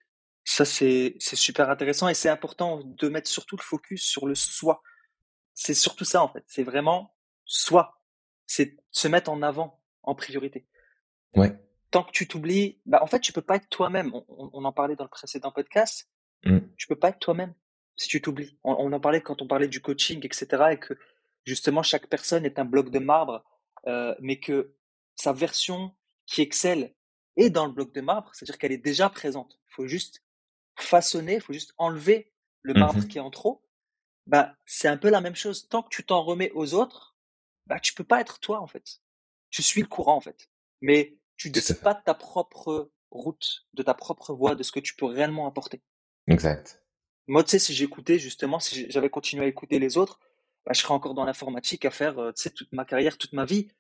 Ça, c'est c'est super intéressant et c'est important de mettre surtout le focus sur le soi. C'est surtout ça, en fait. C'est vraiment soi. C'est se mettre en avant en priorité. Ouais. Tant que tu t'oublies, bah, en fait, tu peux pas être toi-même. On, on- on en parlait dans le précédent podcast. Mm. Tu peux pas être toi-même si tu t'oublies. On, on en parlait quand on parlait du coaching, et cetera. Et que justement, chaque personne est un bloc de marbre, euh, mais que sa version qui excelle est dans le bloc de marbre, c'est-à-dire qu'elle est déjà présente. Il faut juste façonner, il faut juste enlever le marbre qui est Mhm. en trop. Bah, c'est un peu la même chose. Tant que tu t'en remets aux autres, bah, tu peux pas être toi, en fait. Tu suis le courant, en fait. Mais tu Tout à décides fait. pas de ta propre route, de ta propre voie, de ce que tu peux réellement apporter. Exact. Moi, tu sais, si j'écoutais justement, si j'avais continué à écouter les autres, bah, je serais encore dans l'informatique à faire, euh, tu sais, toute ma carrière, toute ma vie.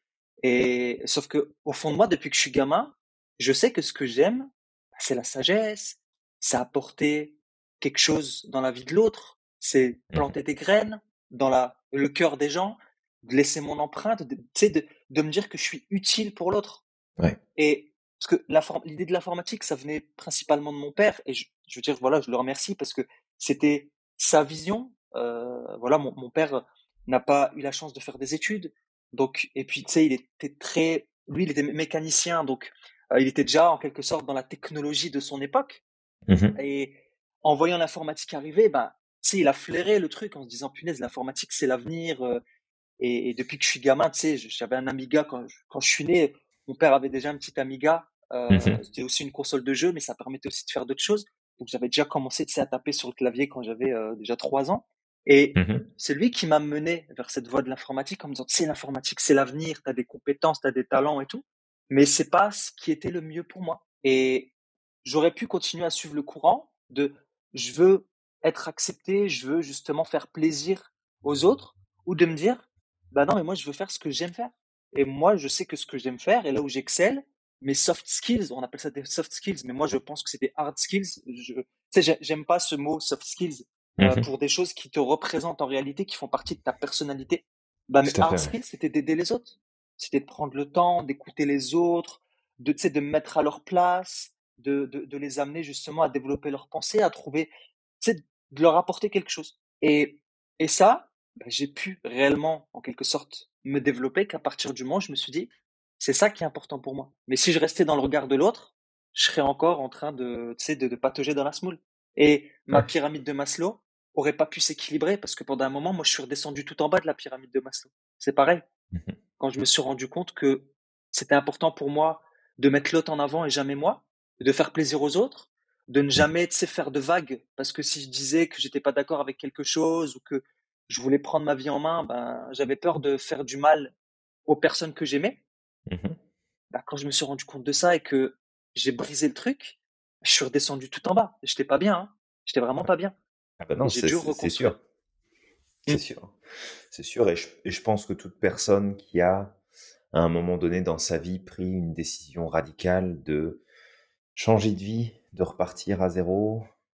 Et sauf que, au fond de moi, depuis que je suis gamin, je sais que ce que j'aime, bah, c'est la sagesse, c'est apporter quelque chose dans la vie de l'autre, c'est Mhm. planter des graines dans la, le cœur des gens, de laisser mon empreinte, de, tu sais, de, de me dire que je suis utile pour l'autre. Ouais. Et parce que l'inform- l'idée de l'informatique, ça venait principalement de mon père, et je, je veux dire, voilà, je le remercie parce que c'était sa vision. Euh, voilà, mon, mon père n'a pas eu la chance de faire des études, donc, et puis, tu sais, il était très, lui, il était mécanicien, donc, euh, il était déjà en quelque sorte dans la technologie de son époque. Mhm. Et en voyant l'informatique arriver, ben, tu sais, il a flairé le truc en se disant, punaise, l'informatique, c'est l'avenir. euh, et, et depuis que je suis gamin, tu sais, j'avais un Amiga quand je, quand je suis né. Mon père avait déjà un petit Amiga. Euh, Mhm. c'était aussi une console de jeu, mais ça permettait aussi de faire d'autres choses. Donc j'avais déjà commencé, tu sais, à taper sur le clavier quand j'avais euh, déjà trois ans. Et Mhm. c'est lui qui m'a mené vers cette voie de l'informatique en me disant, tu sais, l'informatique, c'est l'avenir, tu as des compétences, tu as des talents et tout. Mais c'est pas ce qui était le mieux pour moi. Et j'aurais pu continuer à suivre le courant de je veux être accepté, je veux justement faire plaisir aux autres, ou de me dire bah non, mais moi je veux faire ce que j'aime faire. Et moi je sais que ce que j'aime faire, et là où j'excelle, mes soft skills, on appelle ça des soft skills, mais moi je pense que c'est des hard skills. Je, tu sais, j'aime pas ce mot soft skills euh, Mhm. pour des choses qui te représentent en réalité, qui font partie de ta personnalité. Bah mes Tout à fait, hard ouais. skills, c'était d'aider les autres. C'était de prendre le temps, d'écouter les autres, de, tu sais, de me mettre à leur place, de, de, de les amener justement à développer leurs pensées, à trouver, tu sais, de leur apporter quelque chose. Et, et ça, bah, j'ai pu réellement, en quelque sorte, me développer qu'à partir du moment où je me suis dit, c'est ça qui est important pour moi. Mais si je restais dans le regard de l'autre, je serais encore en train de, tu sais, de, de patauger dans la semoule. Et ma Ouais. pyramide de Maslow aurait pas pu s'équilibrer parce que pendant un moment, moi, je suis redescendu tout en bas de la pyramide de Maslow. C'est pareil. Mhm. Quand je me suis rendu compte que c'était important pour moi de mettre l'autre en avant et jamais moi, de faire plaisir aux autres, de ne Mhm. jamais, tu sais, faire de vagues, parce que si je disais que j'étais pas d'accord avec quelque chose ou que je voulais prendre ma vie en main, ben, j'avais peur de faire du mal aux personnes que j'aimais. Mhm. Ben, quand je me suis rendu compte de ça et que j'ai brisé le truc, je suis redescendu tout en bas. J'étais pas bien, hein. J'étais vraiment Ouais. pas bien. Ah bah Et non, j'ai c'est dû c'est- c'est sûr. reconstruire. C'est Mm. sûr. C'est sûr. Et je, et je pense que toute personne qui a, à un moment donné dans sa vie, pris une décision radicale de changer de vie, de repartir à zéro,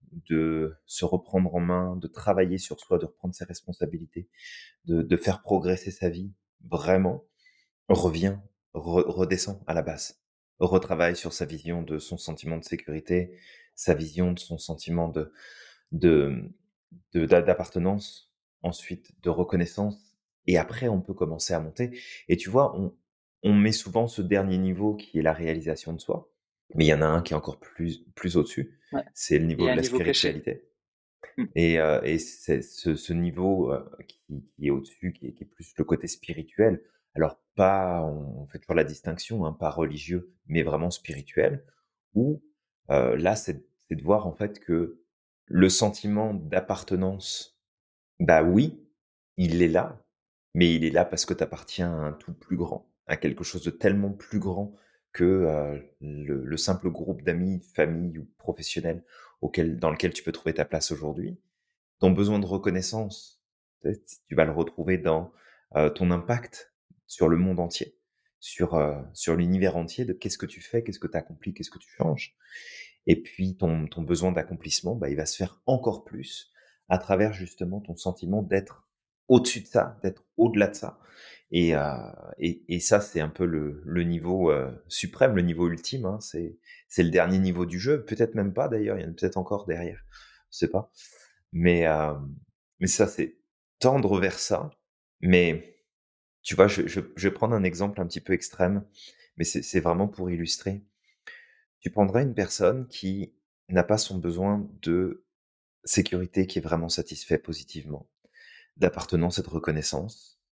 de se reprendre en main, de travailler sur soi, de reprendre ses responsabilités, de de faire progresser sa vie, vraiment, revient, re redescend à la base. Retravaille sur sa vision de son sentiment de sécurité, sa vision de son sentiment de de de d'a d'appartenance, ensuite de reconnaissance et après on peut commencer à monter et tu vois, on on met souvent ce dernier niveau qui est la réalisation de soi, mais il y en a un qui est encore plus plus au-dessus, Ouais. c'est le Il y niveau a de un la niveau caché. spiritualité Mmh. et heu et c'est ce ce niveau, heu, qui qui est au-dessus, qui est qui est plus le côté spirituel, alors pas on fait toujours la distinction, hein, pas religieux, mais vraiment spirituel, où, heu, là, c'est c'est de voir en fait que le sentiment d'appartenance, bah oui, il est là, mais il est là parce que tu appartiens à un tout plus grand, à quelque chose de tellement plus grand que, heu, le le simple groupe d'amis, famille ou professionnel auquel dans lequel tu peux trouver ta place aujourd'hui. Ton besoin de reconnaissance, peut-être, tu vas le retrouver dans, heu, ton impact sur le monde entier, sur, heu, sur l'univers entier de qu'est-ce que tu fais, qu'est-ce que tu accomplis, qu'est-ce que tu changes et puis ton ton besoin d'accomplissement, bah, il va se faire encore plus à travers justement ton sentiment d'être au-dessus de ça, d'être au-delà de ça et heu et et ça, c'est un peu le le niveau, heu, suprême, le niveau ultime, hein. C'est c'est le dernier niveau du jeu, peut-être même pas d'ailleurs, il y en a peut-être encore derrière, je sais pas. Mais hem, mais ça, c'est tendre vers ça, mais tu vois, je je je vais prendre un exemple un petit peu extrême, mais c'est c'est vraiment pour illustrer. Tu prendrais une personne qui n'a pas son besoin de sécurité qui est vraiment satisfait positivement, d'appartenance et de reconnaissance,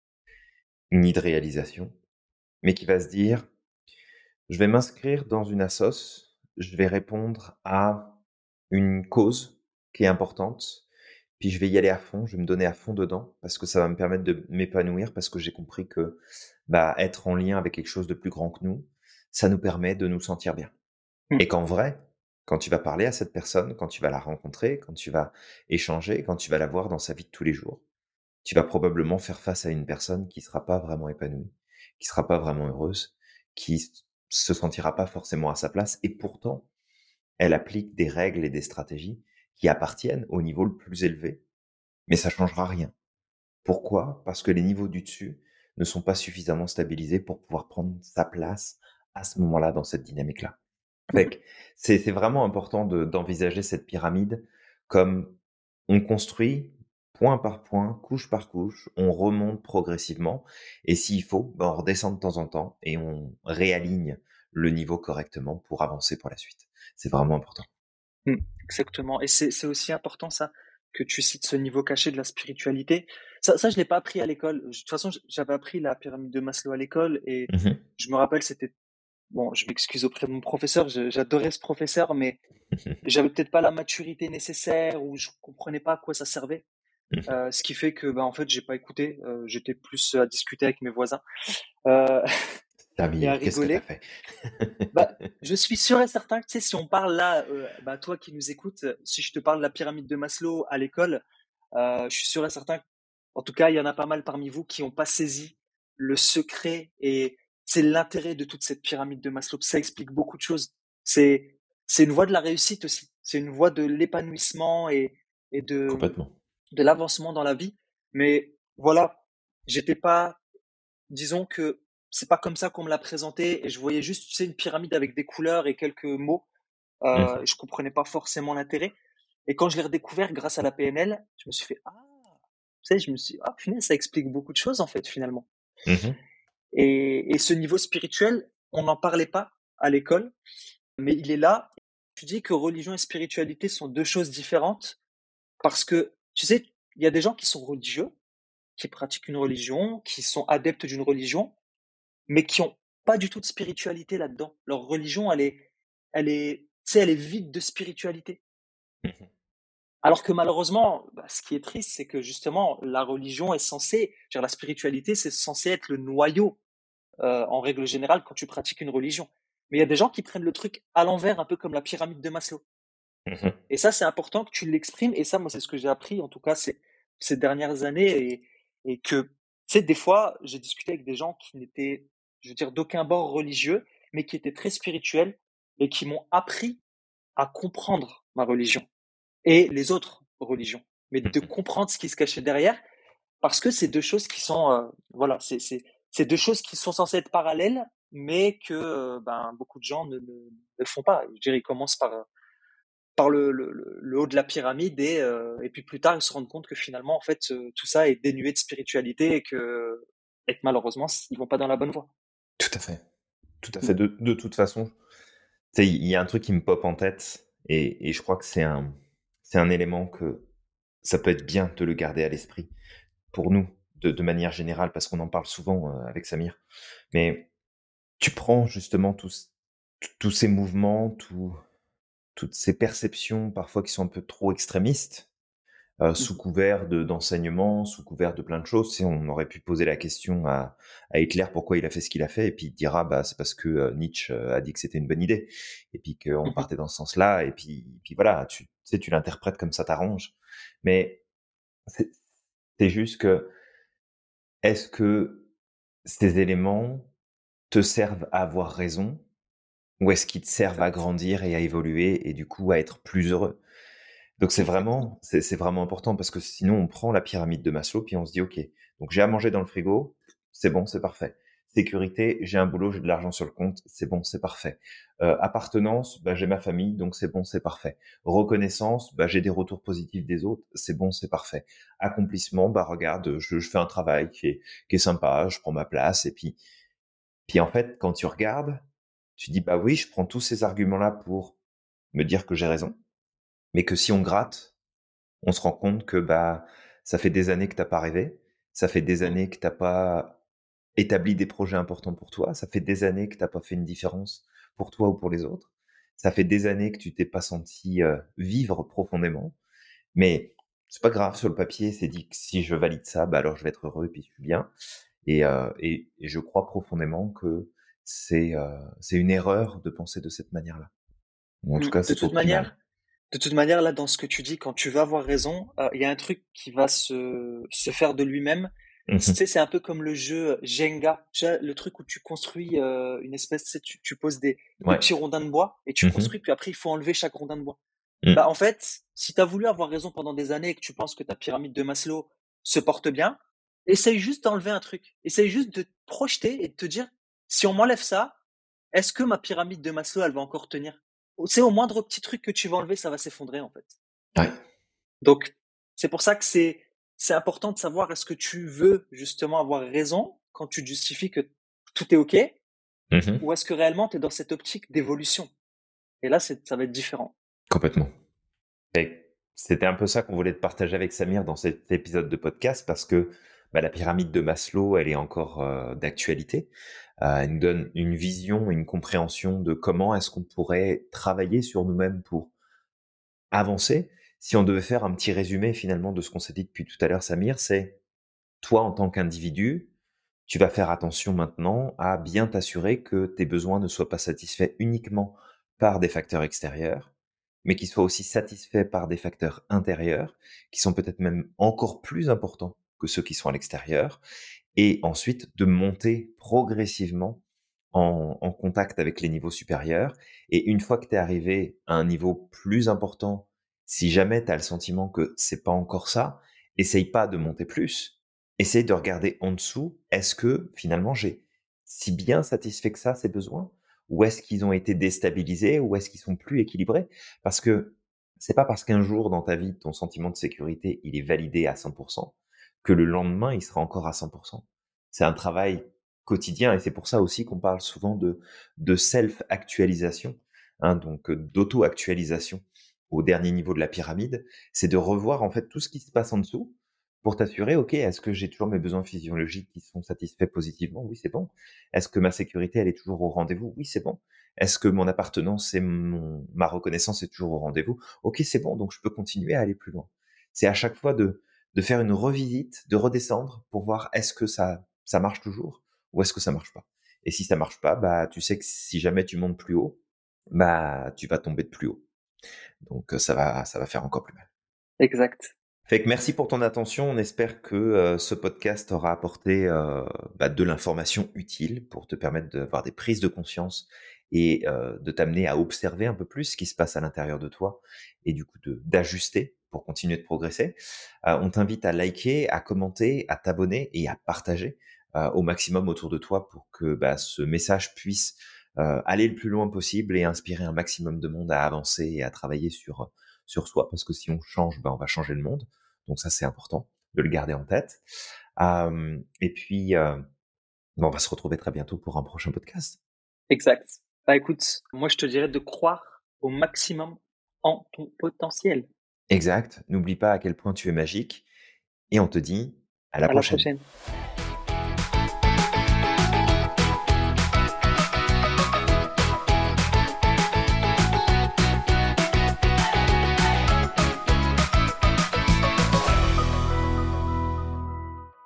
ni de réalisation, mais qui va se dire: «Je vais m'inscrire dans une assos, je vais répondre à une cause qui est importante, puis je vais y aller à fond, je vais me donner à fond dedans parce que ça va me permettre de m'épanouir, parce que j'ai compris que, bah, être en lien avec quelque chose de plus grand que nous, ça nous permet de nous sentir bien». Mmh. Et qu'en vrai, quand tu vas parler à cette personne, quand tu vas la rencontrer, quand tu vas échanger, quand tu vas la voir dans sa vie de tous les jours, tu vas probablement faire face à une personne qui sera pas vraiment épanouie, qui sera pas vraiment heureuse, qui s se sentira pas forcément à sa place et pourtant, elle applique des règles et des stratégies qui appartiennent au niveau le plus élevé, mais ça changera rien. Pourquoi? Parce que les niveaux du dessus ne sont pas suffisamment stabilisés pour pouvoir prendre sa place à ce moment-là dans cette dynamique-là. Mmh. Fait que c'est c'est vraiment important de d'envisager cette pyramide comme on construit point par point, couche par couche, on remonte progressivement et s'il faut, ben, on redescend de temps en temps et on réaligne le niveau correctement pour avancer pour la suite. C'est vraiment important. Mmh. Exactement et c'est c'est aussi important ça, que tu cites ce niveau caché de la spiritualité. Ça ça je l'ai pas appris à l'école. De toute façon, j j'avais appris la pyramide de Maslow à l'école et Mmh mh. je me rappelle, c'était bon, je m'excuse auprès de mon professeur, je j'adorais ce professeur, mais j'avais peut-être pas la maturité nécessaire ou je comprenais pas à quoi ça servait. Mmh mh. Heu, ce qui fait que, bah, en fait, j'ai pas écouté, heu, j'étais plus à discuter avec mes voisins, heu et à Samy, qu'est-ce que tu as rigoler. fait? Bah, je suis sûr et certain que, tu sais, si on parle là, heu, bah, toi qui nous écoutes, si je te parle de la pyramide de Maslow à l'école, heu, je suis sûr et certain, en tout cas, il y en a pas mal parmi vous qui ont pas saisi le secret et c'est l'intérêt de toute cette pyramide de Maslow. Ça explique beaucoup de choses. C'est c'est une voie de la réussite aussi. C'est une voie de l'épanouissement et et de, mmh, Complètement. de l'avancement dans la vie. Mais voilà, j'étais pas disons que c'est pas comme ça qu'on me l'a présenté et je voyais juste, tu sais, une pyramide avec des couleurs et quelques mots, Mmh heu, mh. je comprenais pas forcément l'intérêt et quand je l'ai redécouvert grâce à la P N L, je me suis fait: «Ah!» Tu sais, je me suis dit: «Ah punaise, ça explique beaucoup de choses en fait, finalement» Mmh mh. et et ce niveau spirituel, on n'en parlait pas à l'école, mais il est là. Tu dis que religion et spiritualité sont deux choses différentes parce que, tu sais, il y a des gens qui sont religieux, qui pratiquent une religion, qui sont adeptes d'une religion, mais qui ont pas du tout de spiritualité là-dedans. Leur religion, elle est elle est tu sais, elle est vide de spiritualité. Mmh mh. Alors que malheureusement, bah, ce qui est triste, c'est que justement, la religion est censée je veux dire la spiritualité, c'est censé être le noyau, heu, en règle générale quand tu pratiques une religion. Mais il y a des gens qui prennent le truc à l'envers, un peu comme la pyramide de Maslow. Mmh mh. Et ça, c'est important que tu l'exprimes et ça, moi, c'est ce que j'ai appris, en tout cas, ces ces dernières années et et que, tu sais, des fois, j'ai discuté avec des gens qui n'étaient, je veux dire, d'aucun bord religieux, mais qui étaient très spirituels et qui m'ont appris à comprendre ma religion. et les autres religions, mais de Mmh. comprendre ce qui se cachait derrière, parce que c'est deux choses qui sont, heu, voilà, c'est c'est c'est deux choses qui sont censées être parallèles, mais que, heu, ben, beaucoup de gens ne ne ne font pas. Je dirais, ils commencent par, heu, par le le le le haut de la pyramide et heu et puis plus tard, ils se rendent compte que finalement, en fait, heu, tout ça est dénué de spiritualité et que et que malheureusement, s ils vont pas dans la bonne voie. Tout à fait, tout à Mmh. fait. De de toute façon, tu sais, il y a un truc qui me pop en tête et et je crois que c'est un c'est un élément que ça peut être bien de le garder à l'esprit pour nous, de de manière générale, parce qu'on en parle souvent, heu, avec Samir. Mais tu prends justement tous tous ces mouvements, tous toutes ces perceptions parfois qui sont un peu trop extrémistes, heu, Mmh sous mh. couvert de d'enseignement, sous couvert de plein de choses. Tu sais, on aurait pu poser la question à à Hitler pourquoi il a fait ce qu'il a fait et puis il te dira: «Bah, c'est parce que, heu, Nietzsche, heu, a dit que c'était une bonne idée» et puis qu'on Mmh. partait dans ce sens-là et puis puis voilà, tu tu sais, tu l'interprètes comme ça t'arrange. Mais c'est c'est juste que, est-ce que ces éléments te servent à avoir raison ou est-ce qu'ils te servent à Exact, grandir et à évoluer et du coup à être plus heureux? Donc c'est exactement. vraiment c'est c'est vraiment important parce que sinon on prend la pyramide de Maslow puis on se dit: «OK, donc j'ai à manger dans le frigo, c'est bon, c'est parfait. Sécurité, j'ai un boulot, j'ai de l'argent sur le compte, c'est bon, c'est parfait. Heu, appartenance, bah, j'ai ma famille, donc c'est bon, c'est parfait. Reconnaissance, bah, j'ai des retours positifs des autres, c'est bon, c'est parfait. Accomplissement, bah, regarde, je je fais un travail qui est qui est sympa, je prends ma place» et puis puis en fait, quand tu regardes, tu dis: «Bah oui, je prends tous ces arguments-là pour me dire que j'ai raison», mais que si on gratte, on se rend compte que, bah, ça fait des années que t'as pas rêvé, ça fait des Mmh. années que t'as pas établi des projets importants pour toi, ça fait des années que t'as pas fait une différence pour toi ou pour les autres. Ça fait des années que tu t'es pas senti, heu, vivre profondément, mais c'est pas grave, sur le papier, c'est dit que si je valide ça, bah, alors je vais être heureux et puis je suis bien et heu et et je crois profondément que c'est, heu, c'est une erreur de penser de cette manière-là. Ou en tout Mmh. cas, De c'est pas toute optimal. manière de toute manière, là, dans ce que tu dis, quand tu vas avoir raison, heu, il y a un truc qui va se se faire de lui-même. Tu Mmh mh. sais, c'est un peu comme le jeu Jenga. Tu vois, le truc où tu construis, heu, une espèce, tu sais, tu tu poses des des Ouais. petits rondins de bois et tu Mmh mh. construis, puis après il faut enlever chaque rondin de bois. Mmh. Bah, en fait, si tu as voulu avoir raison pendant des années et que tu penses que ta pyramide de Maslow se porte bien, essaye juste d'enlever un truc. Essaye juste de te projeter et de te dire: «Si on m'enlève ça, est-ce que ma pyramide de Maslow, elle va encore tenir?» C'est au moindre petit truc que tu vas enlever, ça va s'effondrer, en fait. Ouais. Donc, c'est pour ça que c'est c'est important de savoir est-ce que tu veux justement avoir raison quand tu te justifies que tout est OK Mmh mh. ou est-ce que réellement tu es dans cette optique d'évolution? Et là, c'est ça va être différent. Complètement. Et c'était un peu ça qu'on voulait te partager avec Samir dans cet épisode de podcast parce que, bah, la pyramide de Maslow, elle est encore, heu, d'actualité. Heu, elle nous donne une vision, une compréhension de comment est-ce qu'on pourrait travailler sur nous-mêmes pour avancer. Si on devait faire un petit résumé finalement de ce qu'on s'est dit depuis tout à l'heure Samir, c'est toi en tant qu'individu, tu vas faire attention maintenant à bien t'assurer que tes besoins ne soient pas satisfaits uniquement par des facteurs extérieurs, mais qu'ils soient aussi satisfaits par des facteurs intérieurs, qui sont peut-être même encore plus importants que ceux qui sont à l'extérieur. Et ensuite, de monter progressivement en, en contact avec les niveaux supérieurs. Et une fois que tu es arrivé à un niveau plus important, si jamais tu as le sentiment que c'est pas encore ça, essaye pas de monter plus. Essaye de regarder en dessous. Est-ce que finalement j'ai si bien satisfait que ça ces besoins? Ou est-ce qu'ils ont été déstabilisés? Ou est-ce qu'ils sont plus équilibrés? Parce que c'est pas parce qu'un jour dans ta vie, ton sentiment de sécurité, il est validé à cent pour cent, que le lendemain, il sera encore à cent pour cent. C'est un travail quotidien et c'est pour ça aussi qu'on parle souvent de, de self-actualisation, hein, donc euh, d'auto-actualisation au dernier niveau de la pyramide. C'est de revoir en fait tout ce qui se passe en dessous pour t'assurer, ok, est-ce que j'ai toujours mes besoins physiologiques qui sont satisfaits positivement? Oui, c'est bon. Est-ce que ma sécurité, elle est toujours au rendez-vous? Oui, c'est bon. Est-ce que mon appartenance et mon, ma reconnaissance est toujours au rendez-vous? Ok, c'est bon, donc je peux continuer à aller plus loin. C'est à chaque fois de, de faire une revisite, de redescendre pour voir est-ce que ça, ça marche toujours ou est-ce que ça marche pas. Et si ça marche pas, bah, tu sais que si jamais tu montes plus haut, bah, tu vas tomber de plus haut. Donc, euh, ça va, ça va faire encore plus mal. Exact. Fait que merci pour ton attention. On espère que euh, ce podcast aura apporté euh, bah, de l'information utile pour te permettre d'avoir des prises de conscience et heu, de t'amener à observer un peu plus ce qui se passe à l'intérieur de toi et du coup de d'ajuster pour continuer de progresser. Heu, on t'invite à liker, à commenter, à t'abonner et à partager, heu, au maximum autour de toi pour que, bah, ce message puisse, heu, aller le plus loin possible et inspirer un maximum de monde à avancer et à travailler sur, sur soi. Parce que si on change, bah, on va changer le monde. Donc ça, c'est important de le garder en tête. Hem et puis, heu, bah, on va se retrouver très bientôt pour un prochain podcast. Exact. Bah, écoute, moi, je te dirais de croire au maximum en ton potentiel. Exact, n'oublie pas à quel point tu es magique et on te dit à la À la prochaine. prochaine.